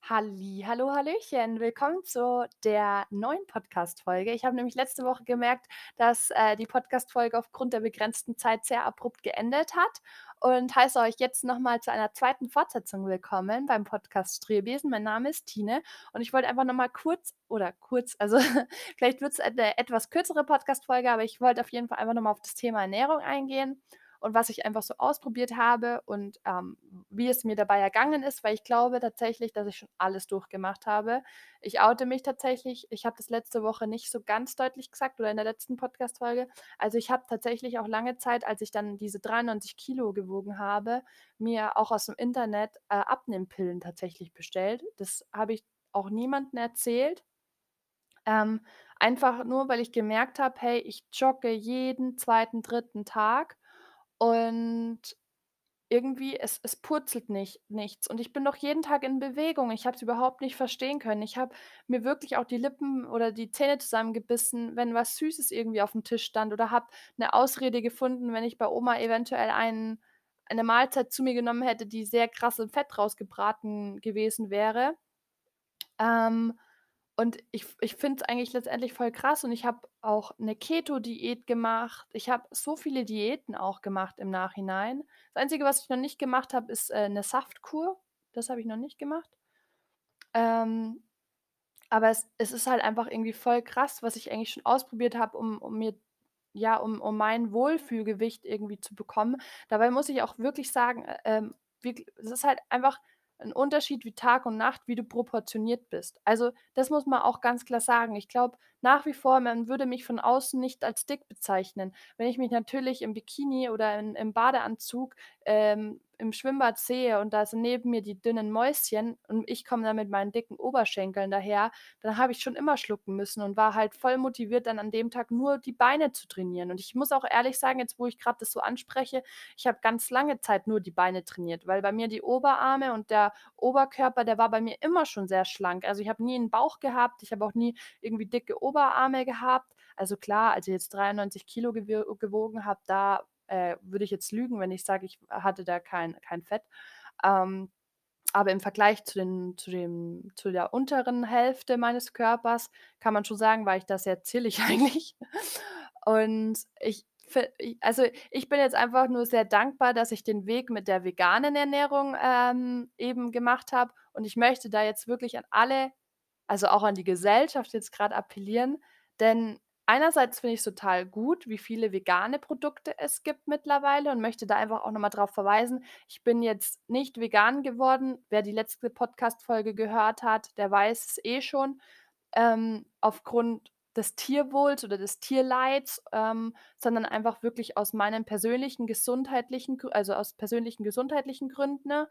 Hallo, hallöchen. Willkommen zu der neuen Podcast-Folge. Ich habe nämlich letzte Woche gemerkt, dass, die Podcast-Folge aufgrund der begrenzten Zeit sehr abrupt geendet hat und heiße euch jetzt noch mal zu einer zweiten Fortsetzung willkommen beim Podcast Strebesen. Mein Name ist Tine und ich wollte einfach noch mal kurz, also vielleicht wird's eine etwas kürzere Podcast-Folge, aber ich wollte auf jeden Fall einfach noch mal auf das Thema Ernährung eingehen und was ich einfach so ausprobiert habe und, wie es mir dabei ergangen ist, weil ich glaube tatsächlich, dass ich schon alles durchgemacht habe. Ich oute mich tatsächlich. Ich habe das letzte Woche nicht so ganz deutlich gesagt oder in der letzten Podcast-Folge. Also, ich habe tatsächlich auch lange Zeit, als ich dann diese 93 Kilo gewogen habe, mir auch aus dem Internet, Abnehmpillen tatsächlich bestellt. Das habe ich auch niemandem erzählt, ähm, einfach nur, weil ich gemerkt habe: „Hey, ich jogge jeden zweiten, dritten Tag und irgendwie es purzelt nichts und ich bin doch jeden Tag in Bewegung. Ich habe es überhaupt nicht verstehen können. Ich habe mir wirklich auch die Lippen oder die Zähne zusammengebissen, wenn was Süßes irgendwie auf dem Tisch stand oder habe 'ne Ausrede gefunden, wenn ich bei Oma eventuell eine Mahlzeit zu mir genommen hätte, die sehr krass im Fett rausgebraten gewesen wäre. Ähm, und ich finde es eigentlich letztendlich voll krass und ich habe auch 'ne Keto-Diät gemacht. Ich habe so viele Diäten auch gemacht im Nachhinein. Das Einzige, was ich noch nicht gemacht habe, ist, 'ne Saftkur. Das habe ich noch nicht gemacht. Ähm, aber es ist halt einfach irgendwie voll krass, was ich eigentlich schon ausprobiert habe, um mir ja, um mein Wohlfühlgewicht irgendwie zu bekommen. Dabei muss ich auch wirklich sagen, wirkl es ist halt einfach 'n Unterschied wie Tag und Nacht, wie du proportioniert bist. Also, das muss man auch ganz klar sagen. Ich glaube nach wie vor, man würde mich von außen nicht als dick bezeichnen. Wenn ich mich natürlich im Bikini oder im Badeanzug, im Schwimmbad sehe und da sind neben mir die dünnen Mäuschen und ich komme dann mit meinen dicken Oberschenkeln daher, dann habe ich schon immer schlucken müssen und war halt voll motiviert, dann an dem Tag nur die Beine zu trainieren. Und ich muss auch ehrlich sagen, jetzt wo ich grad das so anspreche, ich habe ganz lange Zeit nur die Beine trainiert, weil bei mir die Oberarme und der Oberkörper, der war bei mir immer schon sehr schlank. Also, ich habe nie 'n Bauch gehabt, ich habe auch nie irgendwie dicke Oberarme gehabt. Also, klar, als ich jetzt 93 Kilo gewogen habe, da, würde ich jetzt lügen, wenn ich sage, ich hatte da kein Fett. Ähm, aber im Vergleich zu der unteren Hälfte meines Körpers kann man schon sagen, war ich da sehr zierlich eigentlich. Und ich bin jetzt einfach nur sehr dankbar, dass ich den Weg mit der veganen Ernährung, eben gemacht habe. Und ich möchte da jetzt wirklich an alle, also auch an die Gesellschaft jetzt gerade appellieren, denn einerseits finde ich's total gut, wie viele vegane Produkte es gibt mittlerweile und möchte da einfach auch noch mal drauf verweisen. Ich bin jetzt nicht vegan geworden. Wer die letzte Podcast-Folge gehört hat, der weiß es eh schon, aufgrund des Tierwohls oder des Tierleids, sondern einfach wirklich aus meinen persönlichen gesundheitlichen Grü also aus persönlichen gesundheitlichen Gründen, ne?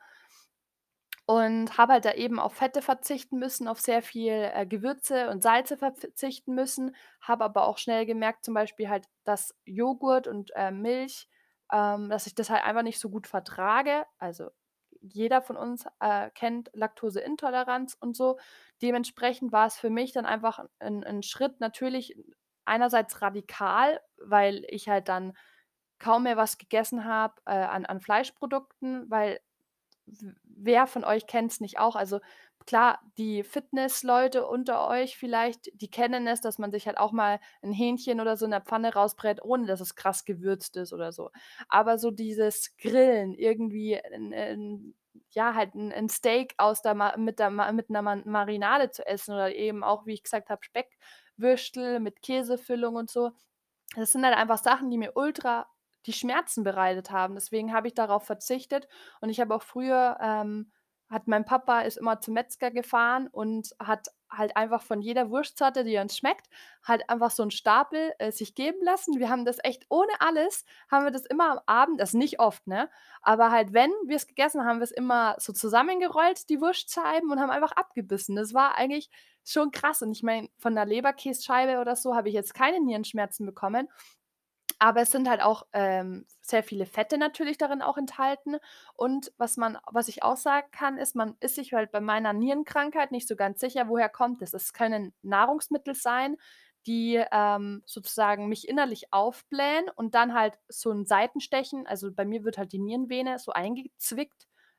Und habe halt da eben auf Fette verzichten müssen, auf sehr viel, Gewürze und Salze verzichten müssen, habe aber auch schnell gemerkt, zum Beispiel halt, dass Joghurt und, Milch, dass ich das halt einfach nicht so gut vertrage. Also, jeder von uns, kennt Laktoseintoleranz und so. Dementsprechend war es für mich dann einfach ein Schritt natürlich einerseits radikal, weil ich halt dann kaum mehr was gegessen habe, an Fleischprodukten, weil wer von euch kennt's nicht auch? Also, klar, die Fitnessleute unter euch vielleicht, die kennen es, dass man sich halt auch mal 'n Hähnchen oder so in der Pfanne rausbrät, ohne dass es krass gewürzt ist oder so. Aber so dieses Grillen, irgendwie 'n ja, halt 'n Steak aus der Ma mit 'ner Marinade zu essen oder eben auch, wie ich gesagt habe, Speckwürstel mit Käsefüllung und so. Das sind halt einfach Sachen, die mir ultra die Schmerzen bereitet haben. Deswegen habe ich darauf verzichtet und ich habe auch früher, hat mein Papa ist immer zum Metzger gefahren und hat halt einfach von jeder Wurstsorte, die uns schmeckt, halt einfach so 'n Stapel, sich geben lassen. Wir haben das echt ohne alles haben wir das immer am Abend, also nicht oft, ne, aber halt, wenn wir's gegessen haben, haben wir's immer so zusammengerollt, die Wurstscheiben, und haben einfach abgebissen. Das war eigentlich schon krass und ich meine, von 'ner Leberkässcheibe oder so habe ich jetzt keine Nierenschmerzen bekommen, aber es sind halt auch, sehr viele Fette natürlich darin auch enthalten. Und was ich auch sagen kann, ist, man ist sich halt bei meiner Nierenkrankheit nicht so ganz sicher, woher kommt es. Es können Nahrungsmittel sein, die, sozusagen mich innerlich aufblähen und dann halt so 'n Seitenstechen, also, bei mir wird halt die Nierenvene so eingezwickt,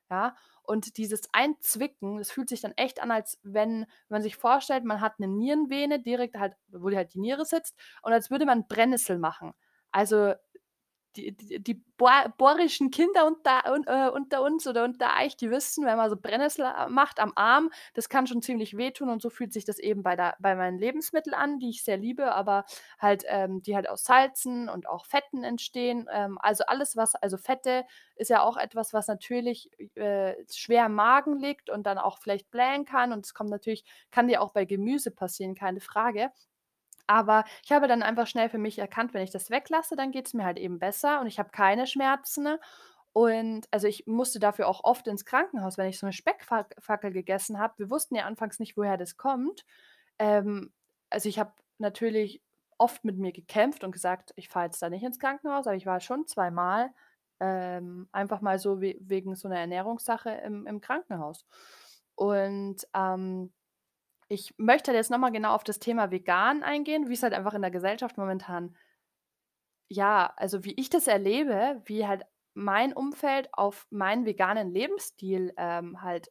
ja? Und dieses Einzwicken, das fühlt sich dann echt an, als wenn man sich vorstellt, man hat eine Nierenvene direkt halt, wo halt die Niere sitzt, und als würde man Brennnessel machen. Also, die bohrischen Kinder unter uns oder unter euch, die wissen, wenn man so Brennnessel, macht am Arm, das kann schon ziemlich wehtun, und so fühlt sich das eben bei meinen Lebensmitteln an, die ich sehr liebe, aber halt, die halt aus Salzen und auch Fetten entstehen. Also alles, was also Fette ist ja auch etwas, was natürlich, schwer im Magen liegt und dann auch vielleicht blähen kann, und es kommt natürlich kann dir auch bei Gemüse passieren, keine Frage. Aber ich habe dann einfach schnell für mich erkannt, wenn ich das weglasse, dann geht's mir halt eben besser und ich habe keine Schmerzen, ne? Und also, ich musste dafür auch oft ins Krankenhaus, wenn ich so 'ne Speckfackel gegessen habe. Wir wussten ja anfangs nicht, woher das kommt. Ähm, also, ich habe natürlich oft mit mir gekämpft und gesagt: „Ich fahre jetzt da nicht ins Krankenhaus", aber ich war schon zweimal, einfach mal so wegen so 'ner Ernährungssache im Krankenhaus. Und, ich möchte jetzt noch mal genau auf das Thema vegan eingehen, wie es halt einfach in der Gesellschaft momentan, ja, also wie ich das erlebe, wie halt mein Umfeld auf meinen veganen Lebensstil, halt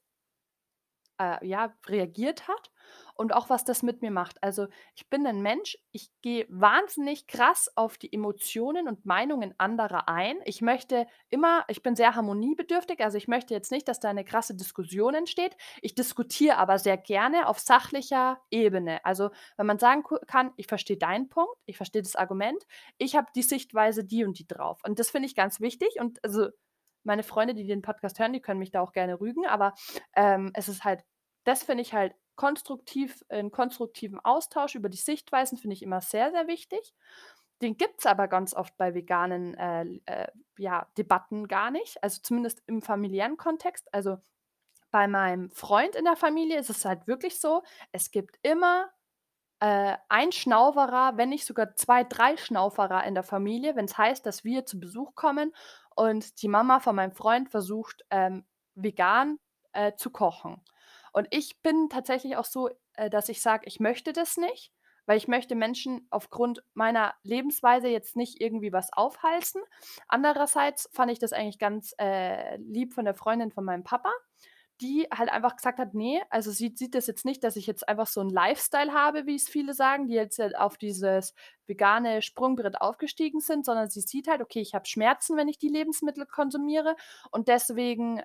ja, reagiert hat und auch was das mit mir macht. Also, ich bin ein Mensch, ich gehe wahnsinnig krass auf die Emotionen und Meinungen anderer ein. Ich bin sehr harmoniebedürftig, also, ich möchte jetzt nicht, dass da eine krasse Diskussion entsteht. Ich diskutiere aber sehr gerne auf sachlicher Ebene. Also, wenn man sagen kann: „Ich verstehe deinen Punkt, ich verstehe das Argument, ich habe die Sichtweise die und die drauf." Und das finde ich ganz wichtig, und also, meine Freunde, die den Podcast hören, die können mich da auch gerne rügen, aber, es ist halt, das finde ich halt konstruktiv, 'n konstruktiven Austausch über die Sichtweisen finde ich immer sehr, sehr wichtig. Den gibt's aber ganz oft bei veganen, ja, Debatten gar nicht, also zumindest im familiären Kontext. Also, bei meinem Freund in der Familie ist es halt wirklich so, es gibt immer, ein Schnauferer, wenn nicht sogar 2, 3 Schnauferer in der Familie, wenn's heißt, dass wir zu Besuch kommen und die Mama von meinem Freund versucht, vegan, zu kochen. Und ich bin tatsächlich auch so, dass ich sage, ich möchte das nicht, weil ich möchte Menschen aufgrund meiner Lebensweise jetzt nicht irgendwie was aufhalsen. Andererseits fand ich das eigentlich ganz, lieb von der Freundin von meinem Papa, die halt einfach gesagt hat: „Ne, also sie sieht das jetzt nicht, dass ich jetzt einfach so 'n Lifestyle habe, wie es viele sagen, die jetzt halt auf dieses vegane Sprungbrett aufgestiegen sind, sondern sie sieht halt: Okay, ich habe Schmerzen, wenn ich die Lebensmittel konsumiere, und deswegen,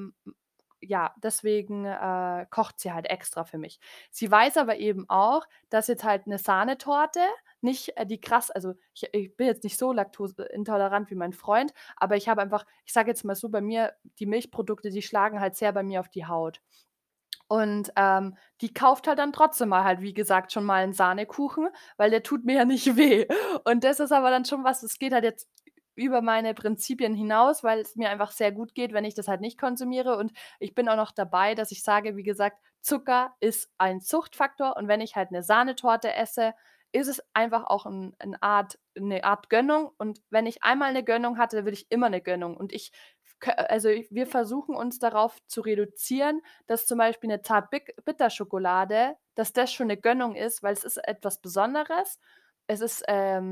ja, deswegen, kocht sie halt extra für mich." Sie weiß aber eben auch, dass jetzt halt 'ne Sahnetorte nicht, die krass, also ich bin jetzt nicht so laktoseintolerant wie mein Freund, aber ich habe einfach, ich sage jetzt mal so, bei mir die Milchprodukte, die schlagen halt sehr bei mir auf die Haut. Und, die kauft halt dann trotzdem mal halt, wie gesagt, schon mal 'n Sahnekuchen, weil der tut mir ja nicht weh. Und das ist aber dann schon was, das geht halt jetzt über meine Prinzipien hinaus, weil es mir einfach sehr gut geht, wenn ich das halt nicht konsumiere. Und ich bin auch noch dabei, dass ich sage, wie gesagt, Zucker ist ein Suchtfaktor, und wenn ich halt 'ne Sahnetorte esse, ist es einfach auch 'ne Art Gönnung, und wenn ich einmal 'ne Gönnung hatte, will ich immer 'ne Gönnung. Und wir versuchen uns darauf zu reduzieren, dass zum Beispiel 'ne Zartbitterschokolade, dass das schon 'ne Gönnung ist, weil es ist etwas Besonderes. Es ist,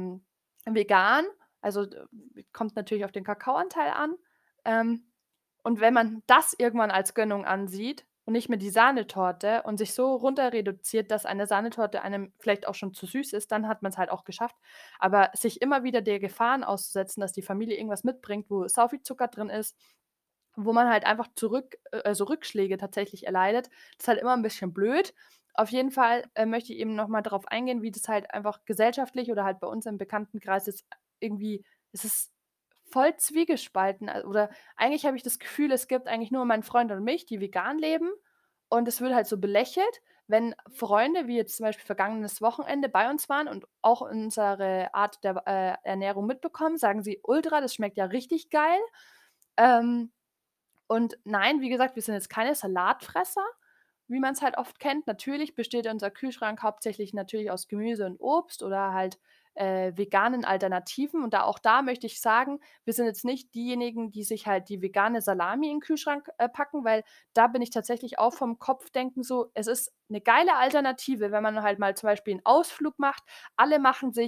vegan, also, kommt natürlich auf den Kakaoanteil an. Ähm, und wenn man das irgendwann als Gönnung ansieht und nicht mehr die Sahnetorte und sich so runter reduziert, dass eine Sahnetorte einem vielleicht auch schon zu süß ist, dann hat man's halt auch geschafft. Aber sich immer wieder der Gefahren auszusetzen, dass die Familie irgendwas mitbringt, wo sau viel Zucker drin ist, wo man halt einfach also Rückschläge tatsächlich erleidet. Das ist halt immer 'n bisschen blöd. Auf jeden Fall, möchte ich eben noch mal drauf eingehen, wie das halt einfach gesellschaftlich oder halt bei uns im Bekanntenkreis jetzt irgendwie, es ist voll zwiegespalten, oder eigentlich habe ich das Gefühl, es gibt eigentlich nur meinen Freund und mich, die vegan leben, und es wird halt so belächelt, wenn Freunde, wie jetzt zum Beispiel vergangenes Wochenende bei uns waren und auch unsere Art der, Ernährung mitbekommen, sagen sie: „Ultra, das schmeckt ja richtig geil." Ähm, und nein, wie gesagt, wir sind jetzt keine Salatfresser, wie man es halt oft kennt. Natürlich besteht unser Kühlschrank hauptsächlich natürlich aus Gemüse und Obst oder halt, veganen Alternativen. Und da möchte ich sagen, wir sind jetzt nicht diejenigen, die sich halt die vegane Salami in den Kühlschrank, packen, weil da bin ich tatsächlich auch vom Kopfdenken so, es ist eine geile Alternative, wenn man halt mal zum Beispiel einen Ausflug macht. Alle machen sich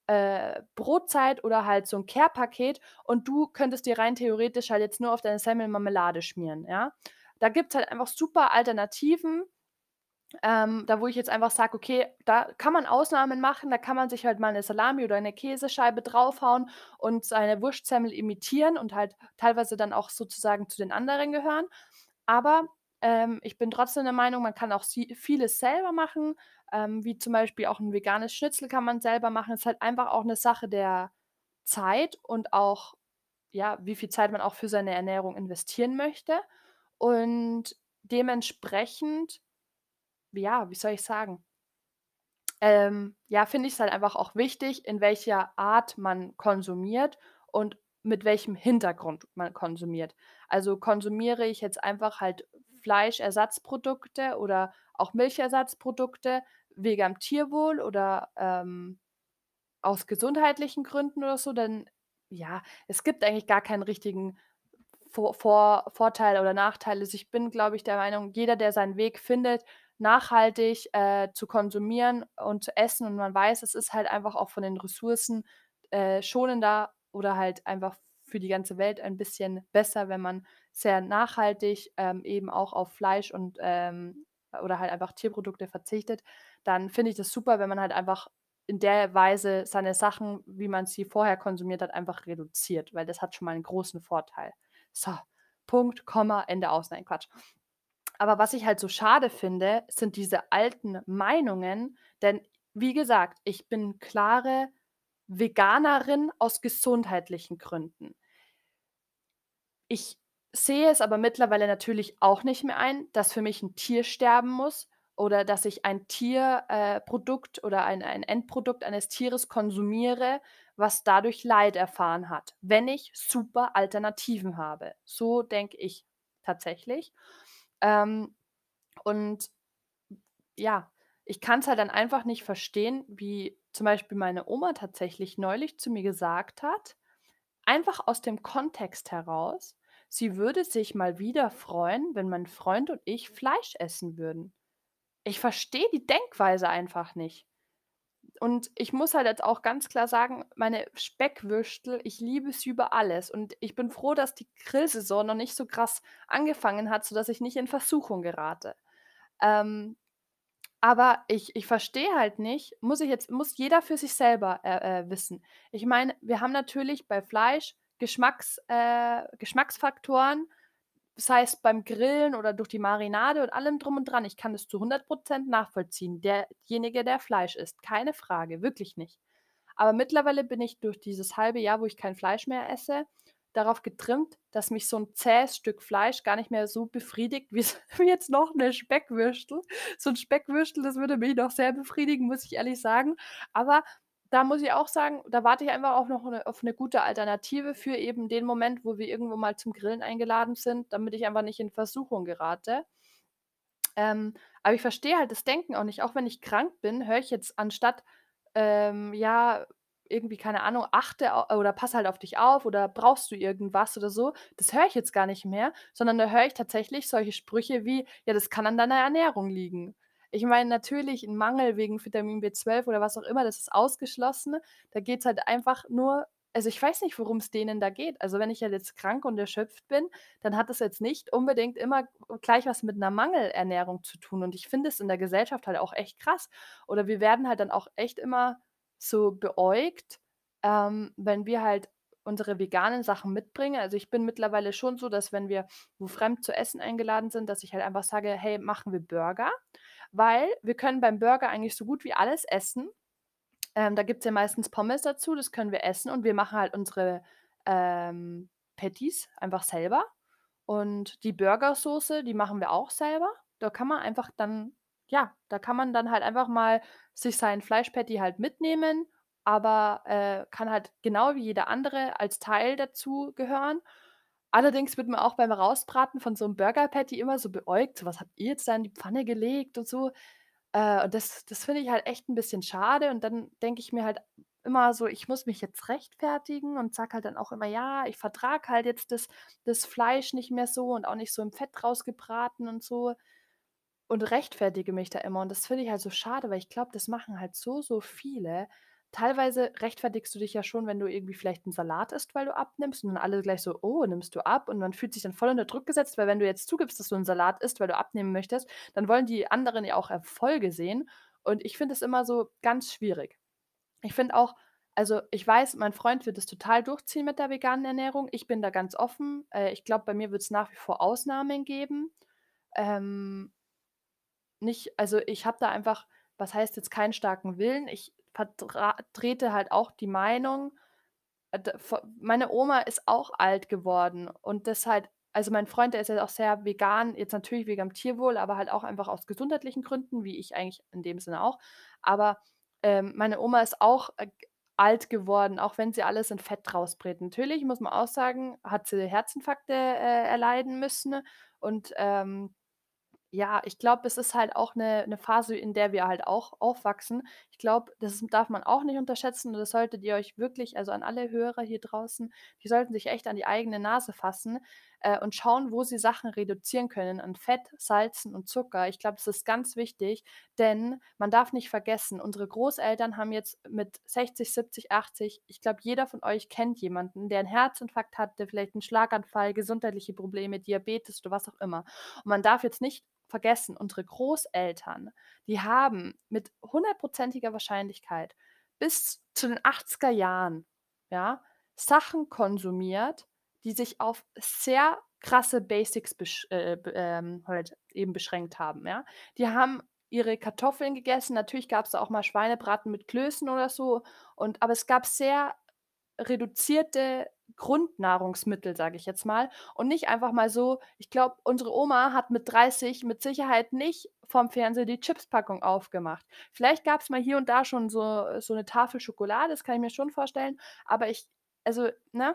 Brotzeit oder halt so 'n Care-Paket und du könntest dir rein theoretisch halt jetzt nur auf deine Semmel Marmelade schmieren, ja? Da gibt's halt einfach super Alternativen, da wo ich jetzt einfach sage: „Okay, da kann man Ausnahmen machen, da kann man sich halt mal 'ne Salami oder 'ne Käsescheibe draufhauen und seine Wurstsemmel imitieren und halt teilweise dann auch sozusagen zu den anderen gehören.“ Aber, ich bin trotzdem der Meinung, man kann auch vieles selber machen, wie zum Beispiel auch 'n veganes Schnitzel kann man selber machen. Ist halt einfach auch 'ne Sache der Zeit und auch, ja, wie viel Zeit man auch für seine Ernährung investieren möchte. Und dementsprechend, ja, wie soll ich sagen? Ja, finde ich es halt einfach auch wichtig, in welcher Art man konsumiert und mit welchem Hintergrund man konsumiert. Also, konsumiere ich jetzt einfach halt Fleischersatzprodukte oder auch Milchersatzprodukte wegen am Tierwohl oder, aus gesundheitlichen Gründen oder so, dann ja, es gibt eigentlich gar keinen richtigen Vorteil oder Nachteil. Also, ich bin, glaube ich, der Meinung, jeder, der seinen Weg findet, nachhaltig, zu konsumieren und zu essen und man weiß, es ist halt einfach auch von den Ressourcen, schonender oder halt einfach für die ganze Welt ein bisschen besser, wenn man sehr nachhaltig, eben auch auf Fleisch und, oder halt einfach Tierprodukte verzichtet, dann finde ich das super, wenn man halt einfach in der Weise seine Sachen, wie man sie vorher konsumiert hat, einfach reduziert, weil das hat schon mal einen großen Vorteil. So, Punkt, Komma, Ende aus. Nein, Quatsch. Aber was ich halt so schade finde, sind diese alten Meinungen, denn wie gesagt, ich bin klare Veganerin aus gesundheitlichen Gründen. Ich sehe es aber mittlerweile natürlich auch nicht mehr ein, dass für mich 'n Tier sterben muss oder dass ich ein Produkt oder ein Endprodukt eines Tieres konsumiere, was dadurch Leid erfahren hat, wenn ich super Alternativen habe. So denke ich tatsächlich. Ähm, und ja, ich kann's halt dann einfach nicht verstehen, wie zum Beispiel meine Oma tatsächlich neulich zu mir gesagt hat, einfach aus dem Kontext heraus, sie würde sich mal wieder freuen, wenn mein Freund und ich Fleisch essen würden. Ich verstehe die Denkweise einfach nicht. Und ich muss halt jetzt auch ganz klar sagen, meine Speckwürstel, ich liebe sie über alles. Und ich bin froh, dass die Grillsaison noch nicht so krass angefangen hat, sodass ich nicht in Versuchung gerate. Ähm, aber ich verstehe halt nicht, muss jeder für sich selber, wissen. Ich meine, wir haben natürlich bei Fleisch Geschmacksfaktoren, sei es beim Grillen oder durch die Marinade und allem drum und dran. Ich kann das zu 100% nachvollziehen. Derjenige, der Fleisch isst, keine Frage, wirklich nicht. Aber mittlerweile bin ich durch dieses halbe Jahr, wo ich kein Fleisch mehr esse, darauf getrimmt, dass mich so 'n zähes Stück Fleisch gar nicht mehr so befriedigt wie jetzt noch 'ne Speckwürstel. So 'n Speckwürstel, das würde mich noch sehr befriedigen, muss ich ehrlich sagen. Aber da muss ich auch sagen, da warte ich einfach auch noch auf 'ne gute Alternative für eben den Moment, wo wir irgendwo mal zum Grillen eingeladen sind, damit ich einfach nicht in Versuchung gerate. Aber ich verstehe halt das Denken auch nicht. Auch wenn ich krank bin, höre ich jetzt anstatt, ja, irgendwie, keine Ahnung, achte au oder pass halt auf dich auf oder brauchst du irgendwas oder so, das höre ich jetzt gar nicht mehr, sondern da höre ich tatsächlich solche Sprüche wie: „Ja, das kann an deiner Ernährung liegen.“ Ich meine, natürlich 'n Mangel wegen Vitamin B12 oder was auch immer, das ist ausgeschlossen. Da geht's halt einfach nur, also, ich weiß nicht, worum's denen da geht. Also, wenn ich halt jetzt krank und erschöpft bin, dann hat das jetzt nicht unbedingt immer gleich was mit 'ner Mangelernährung zu tun. Und ich finde es in der Gesellschaft halt auch echt krass. Oder wir werden halt dann auch echt immer so beäugt, wenn wir halt unsere veganen Sachen mitbringen. Also, ich bin mittlerweile schon so, dass wenn wir wo fremd zu essen eingeladen sind, dass ich halt einfach sage: „Hey, machen wir Burger?“ Weil wir können beim Burger eigentlich so gut wie alles essen. Da gibt's ja meistens Pommes dazu, das können wir essen und wir machen halt unsere, Patties einfach selber. Und die Burgersoße, die machen wir auch selber. Da kann man einfach dann, ja, da kann man dann halt einfach mal sich sein Fleischpatty halt mitnehmen, aber, kann halt genau wie jeder andere als Teil dazu gehören. Allerdings wird man auch beim Rausbraten von so 'nem Burger-Patty immer so beäugt: „So, was habt ihr jetzt da in die Pfanne gelegt und so?“ Und das finde ich halt echt 'n bisschen schade und dann denke ich mir halt immer so, ich muss mich jetzt rechtfertigen und sage halt dann auch immer: „Ja, ich vertrage halt jetzt das Fleisch nicht mehr so und auch nicht so im Fett rausgebraten und so“ und rechtfertige mich da immer und das finde ich halt so schade, weil ich glaube, das machen halt so viele. teilweise rechtfertigst du dich ja schon, wenn du irgendwie vielleicht 'n Salat isst, weil du abnimmst und dann alle gleich so: „Oh, nimmst du ab?“ Und man fühlt sich dann voll unter Druck gesetzt, weil wenn du jetzt zugibst, dass du 'n Salat isst, weil du abnehmen möchtest, dann wollen die anderen ja auch Erfolge sehen. Und ich finde es immer so ganz schwierig. Ich finde auch, also, ich weiß, mein Freund wird es total durchziehen mit der veganen Ernährung. Ich bin da ganz offen. Ich glaube, bei mir wird's nach wie vor Ausnahmen geben. Ähm, nicht, also, ich habe da einfach, was heißt jetzt, keinen starken Willen. Ich trete halt auch die Meinung, d v meine Oma ist auch alt geworden und das halt, also, mein Freund, der ist ja auch sehr vegan, jetzt natürlich wegen dem Tierwohl, aber halt auch einfach aus gesundheitlichen Gründen, wie ich eigentlich in dem Sinne auch. Aber, meine Oma ist auch, alt geworden, auch wenn sie alles in Fett rausbrät. Natürlich muss man auch sagen, hat sie Herzinfarkte, erleiden müssen und, ja, ich glaube, es ist halt auch 'ne Phase, in der wir halt auch aufwachsen. Ich glaube, das darf man auch nicht unterschätzen und das solltet ihr euch wirklich, also, an alle Hörer hier draußen, die sollten sich echt an die eigene Nase fassen, und schauen, wo sie Sachen reduzieren können an Fett, Salzen und Zucker. Ich glaube, das ist ganz wichtig, denn man darf nicht vergessen, unsere Großeltern haben jetzt mit 60, 70, 80, ich glaube, jeder von euch kennt jemanden, der 'n Herzinfarkt hatte, vielleicht 'n Schlaganfall, gesundheitliche Probleme, Diabetes oder was auch immer. Und man darf jetzt nicht vergessen, unsere Großeltern, die haben mit hundertprozentiger Wahrscheinlichkeit bis zu den 80er Jahren, ja, Sachen konsumiert, die sich auf sehr krasse Basics halt eben beschränkt haben, ja. Die haben ihre Kartoffeln gegessen. Natürlich gab's da auch mal Schweinebraten mit Klößen oder so und aber es gab sehr reduzierte Grundnahrungsmittel, sage ich jetzt mal. Und nicht einfach mal so, ich glaube, unsere Oma hat mit 30 mit Sicherheit nicht vorm Fernseher die Chipspackung aufgemacht. Vielleicht gab's mal hier und da schon so 'ne Tafel Schokolade, das kann ich mir schon vorstellen, aber ich, also, ne?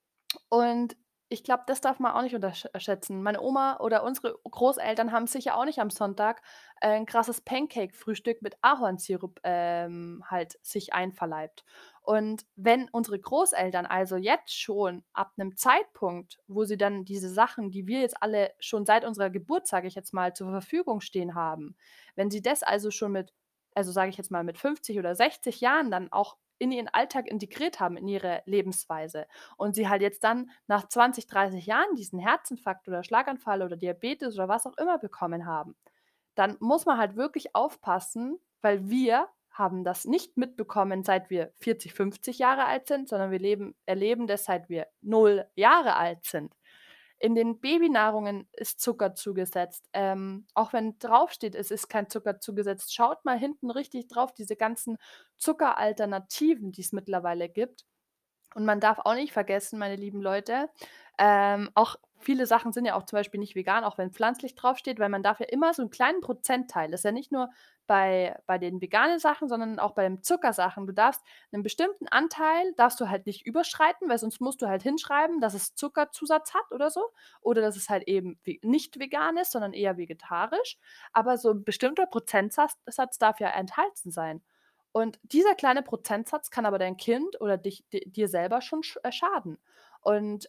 Und ich glaube, das darf man auch nicht unterschätzen. Meine Oma oder unsere Großeltern haben sicher auch nicht am Sonntag, 'n krasses Pancake-Frühstück mit Ahornsirup, halt sich einverleibt. Und wenn unsere Großeltern also jetzt schon ab 'nem Zeitpunkt, wo sie dann diese Sachen, die wir jetzt alle schon seit unserer Geburt, sage ich jetzt mal, zur Verfügung stehen haben, wenn sie das also schon mit, also, sage ich jetzt mal, mit 50 oder 60 Jahren dann auch in ihren Alltag integriert haben, in ihre Lebensweise und sie halt jetzt dann nach 20, 30 Jahren diesen Herzinfarkt oder Schlaganfall oder Diabetes oder was auch immer bekommen haben, dann muss man halt wirklich aufpassen, weil wir haben das nicht mitbekommen, seit wir 40, 50 Jahre alt sind, sondern wir erleben das, seit wir 0 Jahre alt sind. In den Babynahrungen ist Zucker zugesetzt. Auch wenn draufsteht, es ist kein Zucker zugesetzt, schaut mal hinten richtig drauf, diese ganzen Zuckeralternativen, die es mittlerweile gibt. Und man darf auch nicht vergessen, meine lieben Leute, auch viele Sachen sind ja auch zum Beispiel nicht vegan, auch wenn pflanzlich draufsteht, weil man darf ja immer so 'n kleinen Prozentteil, das ist ja nicht nur bei den veganen Sachen, sondern auch bei den Zuckersachen. Du darfst 'nen bestimmten Anteil darfst du halt nicht überschreiten, weil sonst musst du halt hinschreiben, dass es Zuckerzusatz hat oder so oder dass es halt eben nicht vegan ist, sondern eher vegetarisch. Aber so 'n bestimmter Prozentsatz darf ja enthalten sein. Und dieser kleine Prozentsatz kann aber dein Kind oder dir selber schon schaden. Und,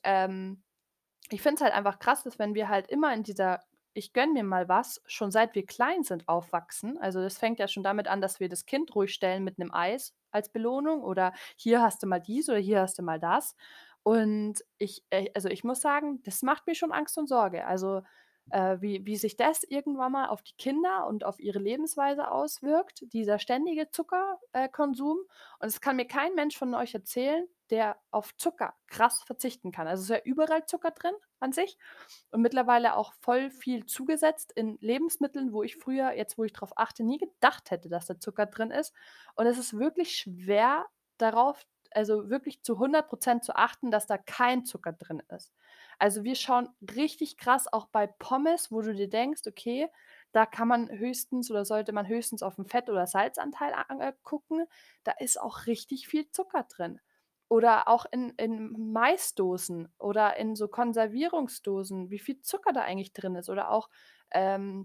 ich finde es halt einfach krass, dass wenn wir halt immer in dieser „Ich gönne mir mal was“, schon seit wir klein sind, aufwachsen. Also, das fängt ja schon damit an, dass wir das Kind ruhig stellen mit 'nem Eis als Belohnung oder: „Hier hast du mal dies oder hier hast du mal das.“ Und also, ich muss sagen, das macht mir schon Angst und Sorge. Also, wie sich das irgendwann mal auf die Kinder und auf ihre Lebensweise auswirkt, dieser ständige Zuckerkonsum. Konsum. Und es kann mir kein Mensch von euch erzählen, der auf Zucker krass verzichten kann. Also, es ist ja überall Zucker drin an sich und mittlerweile auch voll viel zugesetzt in Lebensmitteln, wo ich früher, jetzt wo ich drauf achte, nie gedacht hätte, dass da Zucker drin ist. Und es ist wirklich schwer, darauf, also wirklich zu 100% zu achten, dass da kein Zucker drin ist. Also, wir schauen richtig krass auch bei Pommes, wo du dir denkst: „Okay, da kann man höchstens oder sollte man höchstens auf 'n Fett oder Salzanteil gucken.“ Da ist auch richtig viel Zucker drin. Oder auch in Maisdosen oder in so Konservierungsdosen, wie viel Zucker da eigentlich drin ist. Oder auch, ähm,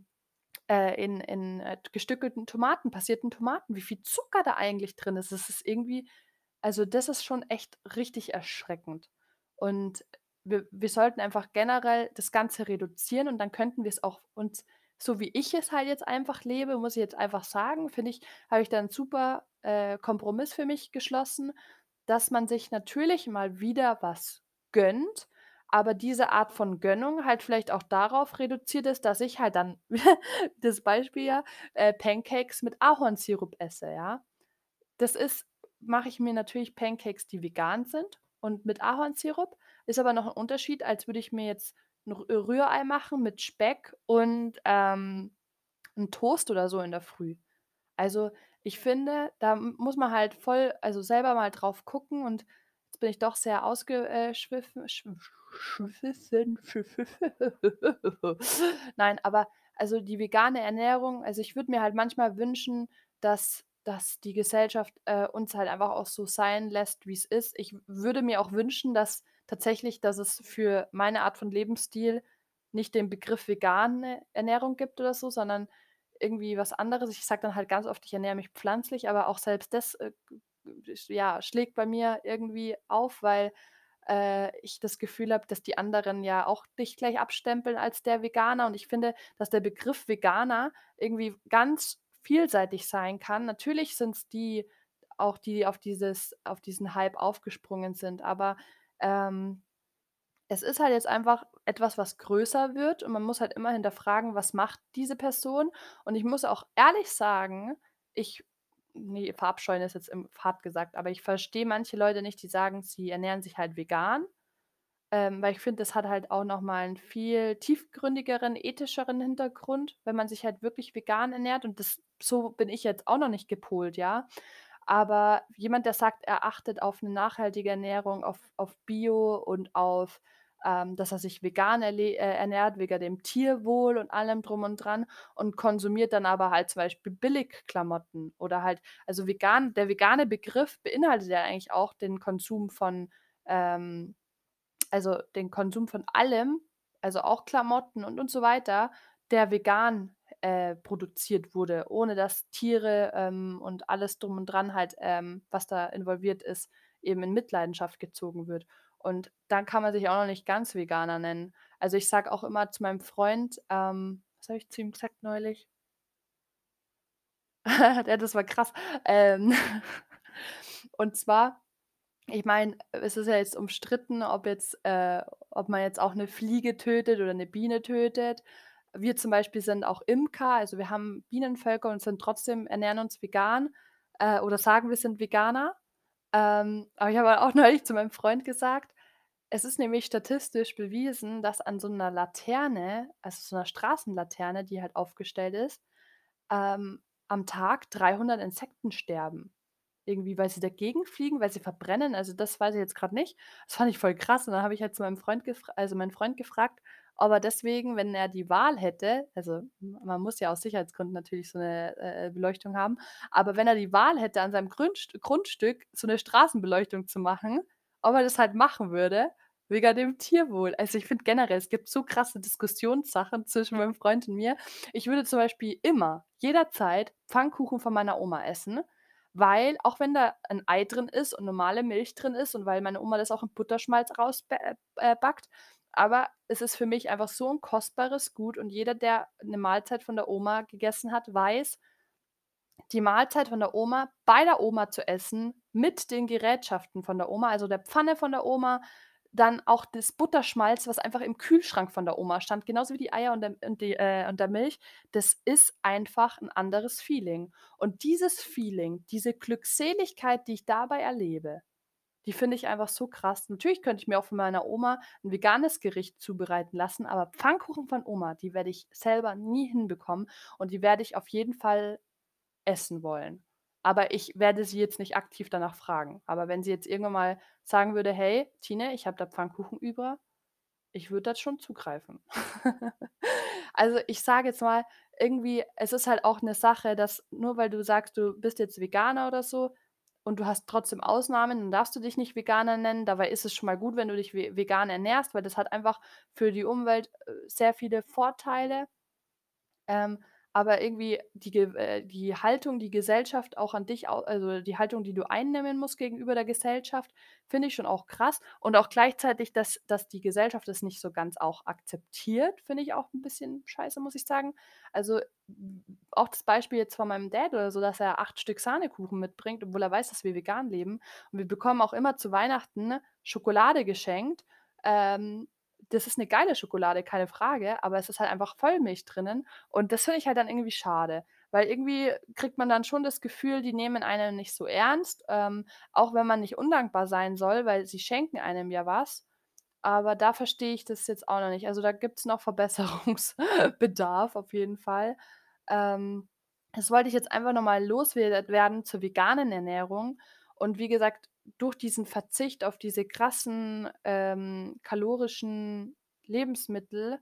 gestückelten Tomaten, passierten Tomaten, wie viel Zucker da eigentlich drin ist. Das ist irgendwie, also, das ist schon echt richtig erschreckend. Und wir sollten einfach generell das Ganze reduzieren und dann könnten wir es auch uns, so wie ich es halt jetzt einfach lebe, muss ich jetzt einfach sagen, finde ich, habe ich da 'n super, Kompromiss für mich geschlossen, dass man sich natürlich mal wieder was gönnt, aber diese Art von Gönnung halt vielleicht auch darauf reduziert ist, dass ich halt dann das Beispiel ja, Pancakes mit Ahornsirup esse, ja? Das ist mache ich mir natürlich Pancakes, die vegan sind und mit Ahornsirup. Ist aber noch 'n Unterschied, als würde ich mir jetzt 'n Rührei machen mit Speck und, 'n Toast oder so in der Früh. Also, ich finde, da muss man halt voll selber mal drauf gucken und jetzt bin ich doch sehr ausge schwiffen schwiffen Nein, aber die vegane Ernährung ich würde mir halt manchmal wünschen, dass die Gesellschaft, uns halt einfach auch so sein lässt, wie's ist. Ich würde mir auch wünschen, dass es für meine Art von Lebensstil nicht den Begriff vegane Ernährung gibt oder so, sondern irgendwie was anderes. Ich sage dann halt ganz oft, ich ernähre mich pflanzlich, aber auch selbst das, ja, schlägt bei mir irgendwie auf, weil, ich das Gefühl habe, dass die anderen ja auch dich gleich abstempeln als der Veganer. Und ich finde, dass der Begriff Veganer irgendwie ganz vielseitig sein kann. Natürlich sind es die auch, die auf diesen Hype aufgesprungen sind, aber, ähm es ist halt jetzt einfach etwas, was größer wird und man muss halt immer hinterfragen, was macht diese Person? Und ich muss auch ehrlich sagen, ich verabscheuen ist jetzt hart gesagt, aber ich verstehe manche Leute nicht, die sagen, sie ernähren sich halt vegan, weil ich finde, das hat halt auch noch mal 'n viel tiefgründigeren, ethischeren Hintergrund, wenn man sich halt wirklich vegan ernährt und das so bin ich jetzt auch noch nicht gepolt, ja. Aber jemand, der sagt, er achtet auf 'ne nachhaltige Ernährung, auf Bio und auf, dass er sich vegan ernährt wegen dem Tierwohl und allem drum und dran und konsumiert dann aber halt zum Beispiel Billigklamotten oder halt der vegane Begriff beinhaltet ja eigentlich auch den Konsum von, den Konsum von allem, also auch Klamotten und so weiter, der vegan, produziert wurde, ohne dass Tiere, und alles drum und dran halt, was da involviert ist, eben in Mitleidenschaft gezogen wird. Und dann kann man sich auch noch nicht ganz Veganer nennen. Also, ich sage auch immer zu meinem Freund, was habe ich zu ihm gesagt neulich? Ja, das war krass. Ähm, und zwar ich meine, es ist ja jetzt umstritten, ob man jetzt auch 'ne Fliege tötet oder 'ne Biene tötet. Wir zum Beispiel sind auch Imker, also wir haben Bienenvölker und sind trotzdem ernähren uns vegan, oder sagen, wir sind Veganer. Aber ich habe auch neulich zu meinem Freund gesagt, es ist nämlich statistisch bewiesen, dass an so 'ner Laterne, also so 'ner Straßenlaterne, die halt aufgestellt ist, am Tag 300 Insekten sterben. Irgendwie, weil sie dagegen fliegen, weil sie verbrennen, also das weiß ich jetzt grad nicht. Das fand ich voll krass und dann habe ich halt zu meinen Freund gefragt, ob er deswegen, wenn er die Wahl hätte man muss ja aus Sicherheitsgründen natürlich so 'ne, Beleuchtung haben, aber wenn er die Wahl hätte, an seinem Grundstück so 'ne Straßenbeleuchtung zu machen, ob er das halt machen würde, wegen dem Tierwohl. Also, ich finde generell, es gibt so krasse Diskussionssachen zwischen meinem Freund und mir. Ich würde zum Beispiel immer, jederzeit Pfannkuchen von meiner Oma essen, weil auch wenn da 'n Ei drin ist und normale Milch drin ist und weil meine Oma das auch in Butterschmalz backt, aber es ist für mich einfach so 'n kostbares Gut und jeder, der 'ne Mahlzeit von der Oma gegessen hat, weiß, die Mahlzeit von der Oma bei der Oma zu essen, mit den Gerätschaften von der Oma, also der Pfanne von der Oma, dann auch das Butterschmalz, was einfach im Kühlschrank von der Oma stand, genauso wie die Eier und der Milch. Das ist einfach 'n anderes Feeling. Und dieses Feeling, diese Glückseligkeit, die ich dabei erlebe, die finde ich einfach so krass. Natürlich könnte ich mir auch von meiner Oma 'n veganes Gericht zubereiten lassen, aber Pfannkuchen von Oma, die werde ich selber nie hinbekommen und die werde ich auf jeden Fall essen wollen. Aber ich werde sie jetzt nicht aktiv danach fragen. Aber wenn sie jetzt irgendwann mal sagen würde: „Hey, Tine, ich habe da Pfannkuchen über“, ich würde da schon zugreifen. Also, ich sage jetzt mal, irgendwie es ist halt auch 'ne Sache, dass nur weil du sagst, du bist jetzt Veganer oder so und du hast trotzdem Ausnahmen, dann darfst du dich nicht Veganer nennen. Dabei ist es schon mal gut, wenn du dich vegan ernährst, weil das hat einfach für die Umwelt, sehr viele Vorteile. Ähm, aber irgendwie die Haltung, die Gesellschaft auch an dich also, die Haltung, die du einnehmen musst gegenüber der Gesellschaft, finde ich schon auch krass. Und auch gleichzeitig, dass die Gesellschaft das nicht so ganz auch akzeptiert, finde ich auch ein bisschen scheiße, muss ich sagen. Also, auch das Beispiel jetzt von meinem Dad oder so, dass er 8 Stück Sahnekuchen mitbringt, obwohl er weiß, dass wir vegan leben. Und wir bekommen auch immer zu Weihnachten Schokolade geschenkt. Ähm, Das ist eine geile Schokolade, keine Frage, aber es ist halt einfach Vollmilch drinnen und das finde ich halt dann irgendwie schade, weil irgendwie kriegt man dann schon das Gefühl, die nehmen einen nicht so ernst, auch wenn man nicht undankbar sein soll, weil sie schenken einem ja was. Aber da verstehe ich das jetzt auch noch nicht. Also, da gibt's noch Verbesserungsbedarf auf jeden Fall. Ähm, Das wollte ich jetzt einfach noch mal werden zur veganen Ernährung. Und wie gesagt, durch diesen Verzicht auf diese krassen, kalorischen Lebensmittel,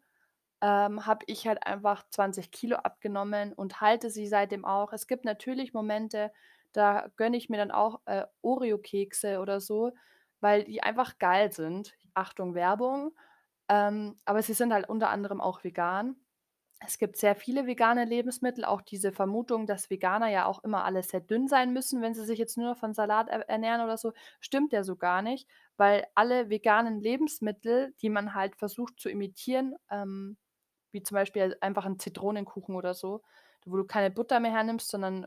habe ich halt einfach 20 Kilo abgenommen und halte sie seitdem auch. Es gibt natürlich Momente, da gönne ich mir dann auch, Oreo-Kekse oder so, weil die einfach geil sind. Achtung, Werbung. Aber sie sind halt unter anderem auch vegan. Es gibt sehr viele vegane Lebensmittel, auch diese Vermutung, dass Veganer ja auch immer alle sehr dünn sein müssen, wenn sie sich jetzt nur von Salat ernähren oder so, stimmt ja so gar nicht, weil alle veganen Lebensmittel, die man halt versucht zu imitieren, wie zum Beispiel einfach 'n Zitronenkuchen oder so, wo du keine Butter mehr hernimmst, sondern,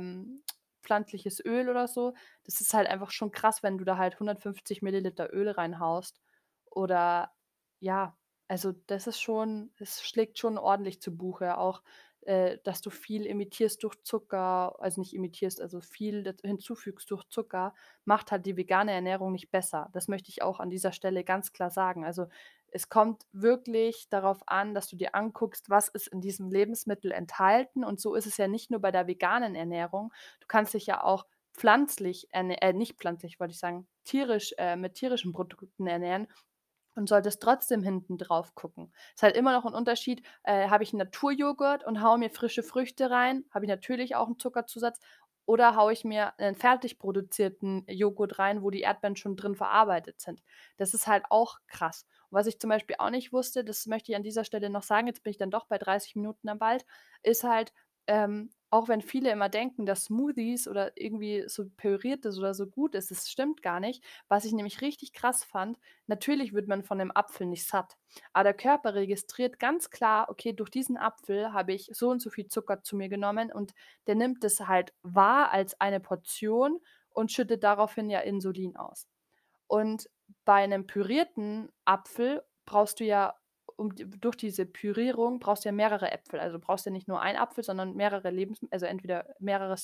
pflanzliches Öl oder so. Das ist halt einfach schon krass, wenn du da halt 150 Milliliter Öl reinhaust. Oder ja, also das ist schon es schlägt schon ordentlich zu Buche. Auch, dass du viel imitierst durch Zucker, also nicht imitierst, also viel dat hinzufügst durch Zucker, macht halt die vegane Ernährung nicht besser. Das möchte ich auch an dieser Stelle ganz klar sagen. Also, es kommt wirklich darauf an, dass du dir anguckst, was ist in diesem Lebensmittel enthalten. Und so ist es ja nicht nur bei der veganen Ernährung. Du kannst dich ja auch pflanzlich nicht pflanzlich, wollte ich sagen, tierisch mit tierischen Produkten ernähren und solltest trotzdem hinten drauf gucken. Ist halt immer noch 'n Unterschied, habe ich 'n Naturjoghurt und haue mir frische Früchte rein, habe ich natürlich auch 'n Zuckerzusatz, oder haue ich mir 'nen fertig produzierten Joghurt rein, wo die Erdbeeren schon drin verarbeitet sind. Das ist halt auch krass. Und was ich zum Beispiel auch nicht wusste, das möchte ich an dieser Stelle noch sagen, jetzt bin ich dann doch bei 30 Minuten am bald, ist halt, auch wenn viele immer denken, dass Smoothies oder irgendwie so Püriertes oder so gut ist, das stimmt gar nicht. Was ich nämlich richtig krass fand, natürlich wird man von 'nem Apfel nicht satt, aber der Körper registriert ganz klar: „Okay, durch diesen Apfel habe ich so und so viel Zucker zu mir genommen“, und der nimmt das halt wahr als eine Portion und schüttet daraufhin ja Insulin aus. Und bei 'nem pürierten Apfel brauchst du ja durch diese Pürierung brauchst du ja mehrere Äpfel. Also, du brauchst ja nicht nur einen Apfel, sondern mehrere also entweder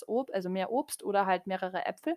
mehr Obst oder halt mehrere Äpfel.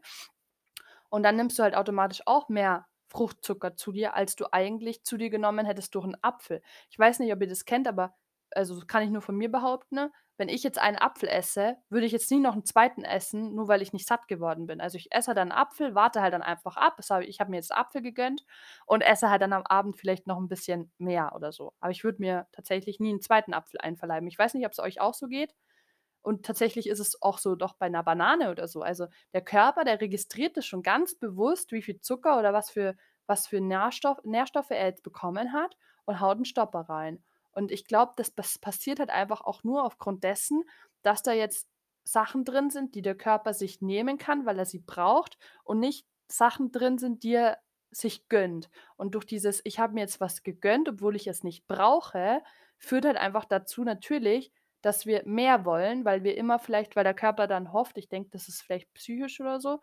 Und dann nimmst du halt automatisch auch mehr Fruchtzucker zu dir, als du eigentlich zu dir genommen hättest durch 'n Apfel. Ich weiß nicht, ob ihr das kennt, aber also, das kann ich nur von mir behaupten, ne? Wenn ich jetzt einen Apfel esse, würde ich jetzt nie noch 'n zweiten essen, nur weil ich nicht satt geworden bin. Also, ich esse halt dann 'n Apfel, warte halt dann einfach ab. Ich habe mir jetzt Apfel gegönnt und esse halt dann am Abend vielleicht noch 'n bisschen mehr oder so. Aber ich würde mir tatsächlich nie 'n zweiten Apfel einverleiben. Ich weiß nicht, ob's euch auch so geht. Und tatsächlich ist es auch so doch bei 'ner Banane oder so. Also, der Körper, der registriert das schon ganz bewusst, wie viel Zucker oder was für Nährstoffe er jetzt bekommen hat und haut 'n Stopper rein. Und ich glaube, das passiert halt einfach auch nur aufgrund dessen, dass da jetzt Sachen drin sind, die der Körper sich nehmen kann, weil er sie braucht und nicht Sachen drin sind, die er sich gönnt. Und durch dieses: „Ich habe mir jetzt was gegönnt, obwohl ich es nicht brauche“, führt halt einfach dazu natürlich, dass wir mehr wollen, weil wir immer vielleicht weil der Körper dann hofft, ich denke, das ist vielleicht psychisch oder so,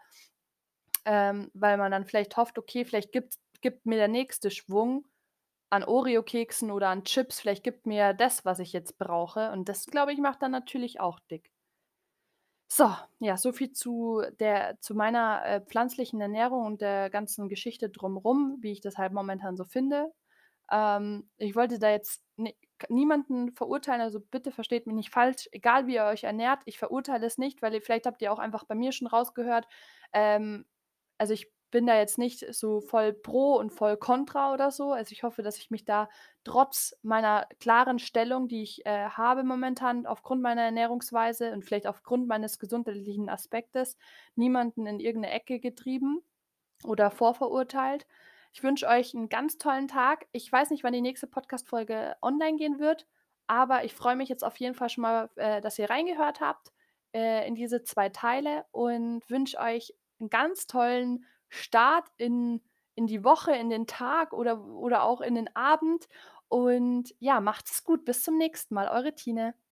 weil man dann vielleicht hofft: „Okay, vielleicht gibt mir der nächste Schwung an Oreo-Keksen oder an Chips, vielleicht gibt mir das, was ich jetzt brauche.“ Und das, glaube ich, macht dann natürlich auch dick. So, ja, so viel zu meiner, pflanzlichen Ernährung und der ganzen Geschichte drumrum, wie ich das halt momentan so finde. Ich wollte da jetzt niemanden verurteilen, also bitte versteht mich nicht falsch, egal wie ihr euch ernährt, ich verurteile es nicht, weil vielleicht habt ihr auch einfach bei mir schon rausgehört, ähm, also ich bin da jetzt nicht so voll pro und voll kontra oder so. Also, ich hoffe, dass ich mich da trotz meiner klaren Stellung, die ich, habe momentan aufgrund meiner Ernährungsweise und vielleicht aufgrund meines gesundheitlichen Aspektes, niemanden in irgendeine Ecke getrieben oder vorverurteilt. Ich wünsche euch einen ganz tollen Tag. Ich weiß nicht, wann die nächste Podcast-Folge online gehen wird, Aber ich freue mich jetzt auf jeden Fall schon mal, dass ihr reingehört habt, in diese 2 Teile und wünsche euch einen ganz tollen Start in die Woche, in den Tag oder auch in den Abend. Und ja, macht's gut. Bis zum nächsten Mal. Eure Tine.